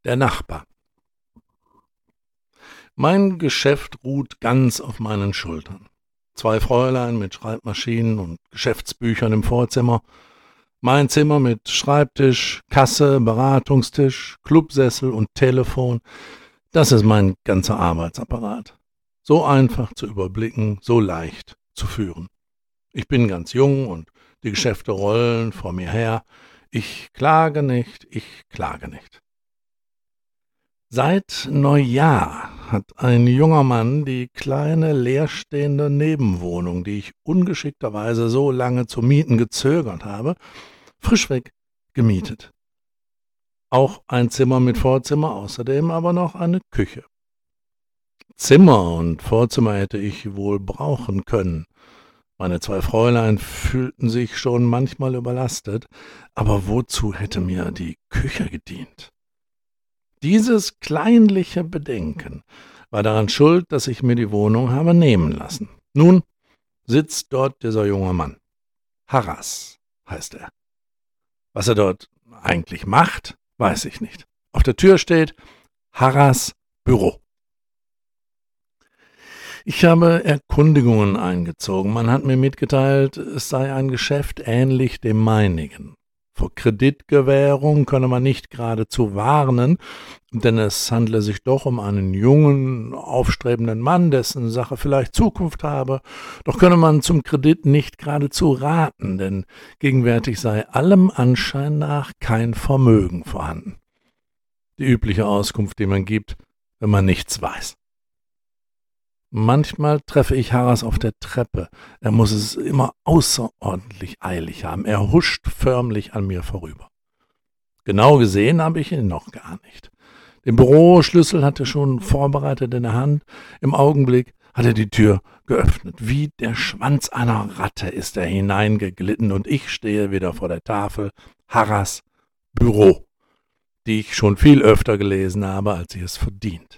Der Nachbar. Mein Geschäft ruht ganz auf meinen Schultern. 2 Fräulein mit Schreibmaschinen und Geschäftsbüchern im Vorzimmer, mein Zimmer mit Schreibtisch, Kasse, Beratungstisch, Clubsessel und Telefon, das ist mein ganzer Arbeitsapparat. So einfach zu überblicken, so leicht zu führen. Ich bin ganz jung und die Geschäfte rollen vor mir her. Ich klage nicht, ich klage nicht. Seit Neujahr hat ein junger Mann die kleine leerstehende Nebenwohnung, die ich ungeschickterweise so lange zu mieten gezögert habe, frischweg gemietet. Auch ein Zimmer mit Vorzimmer, außerdem aber noch eine Küche. Zimmer und Vorzimmer hätte ich wohl brauchen können. Meine 2 Fräulein fühlten sich schon manchmal überlastet, aber wozu hätte mir die Küche gedient? Dieses kleinliche Bedenken war daran schuld, dass ich mir die Wohnung habe nehmen lassen. Nun sitzt dort dieser junge Mann. Harras heißt er. Was er dort eigentlich macht, weiß ich nicht. Auf der Tür steht Harras Büro. Ich habe Erkundigungen eingezogen. Man hat mir mitgeteilt, es sei ein Geschäft ähnlich dem meinigen. Vor Kreditgewährung könne man nicht geradezu warnen, denn es handle sich doch um einen jungen, aufstrebenden Mann, dessen Sache vielleicht Zukunft habe. Doch könne man zum Kredit nicht geradezu raten, denn gegenwärtig sei allem Anschein nach kein Vermögen vorhanden. Die übliche Auskunft, die man gibt, wenn man nichts weiß. Manchmal treffe ich Harras auf der Treppe. Er muss es immer außerordentlich eilig haben. Er huscht förmlich an mir vorüber. Genau gesehen habe ich ihn noch gar nicht. Den Büroschlüssel hat er schon vorbereitet in der Hand. Im Augenblick hat er die Tür geöffnet. Wie der Schwanz einer Ratte ist er hineingeglitten und ich stehe wieder vor der Tafel Harras Büro, die ich schon viel öfter gelesen habe, als sie es verdient.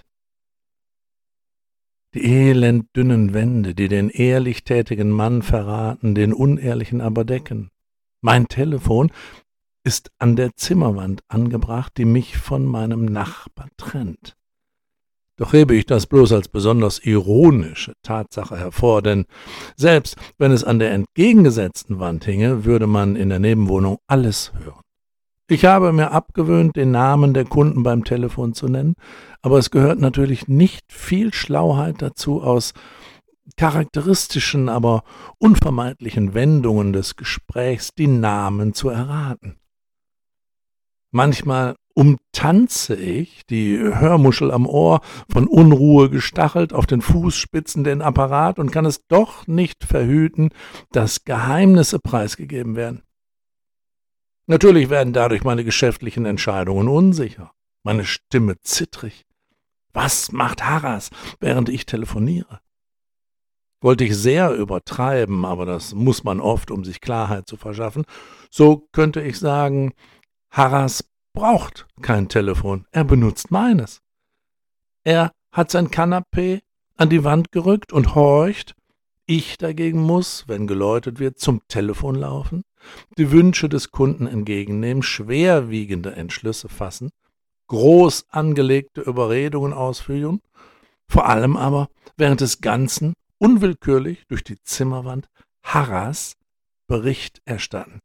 Die elend dünnen Wände, die den ehrlich tätigen Mann verraten, den unehrlichen aber decken. Mein Telefon ist an der Zimmerwand angebracht, die mich von meinem Nachbar trennt. Doch hebe ich das bloß als besonders ironische Tatsache hervor, denn selbst wenn es an der entgegengesetzten Wand hinge, würde man in der Nebenwohnung alles hören. Ich habe mir abgewöhnt, den Namen der Kunden beim Telefon zu nennen, aber es gehört natürlich nicht viel Schlauheit dazu, aus charakteristischen, aber unvermeidlichen Wendungen des Gesprächs die Namen zu erraten. Manchmal umtanze ich, die Hörmuschel am Ohr, von Unruhe gestachelt, auf den Fußspitzen den Apparat und kann es doch nicht verhüten, dass Geheimnisse preisgegeben werden. Natürlich werden dadurch meine geschäftlichen Entscheidungen unsicher, meine Stimme zittrig. Was macht Harras, während ich telefoniere? Wollte ich sehr übertreiben, aber das muss man oft, um sich Klarheit zu verschaffen, so könnte ich sagen, Harras braucht kein Telefon, er benutzt meines. Er hat sein Kanapee an die Wand gerückt und horcht. Ich dagegen muss, wenn geläutet wird, zum Telefon laufen, die Wünsche des Kunden entgegennehmen, schwerwiegende Entschlüsse fassen, groß angelegte Überredungen ausführen, vor allem aber während des Ganzen unwillkürlich durch die Zimmerwand Harras Bericht erstatten.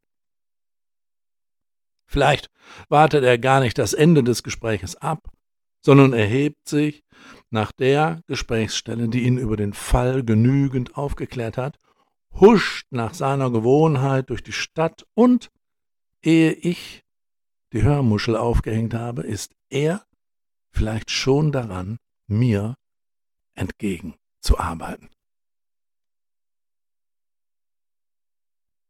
Vielleicht wartet er gar nicht das Ende des Gespräches ab, sondern erhebt sich nach der Gesprächsstelle, die ihn über den Fall genügend aufgeklärt hat, huscht nach seiner Gewohnheit durch die Stadt und, ehe ich die Hörmuschel aufgehängt habe, ist er vielleicht schon daran, mir entgegenzuarbeiten.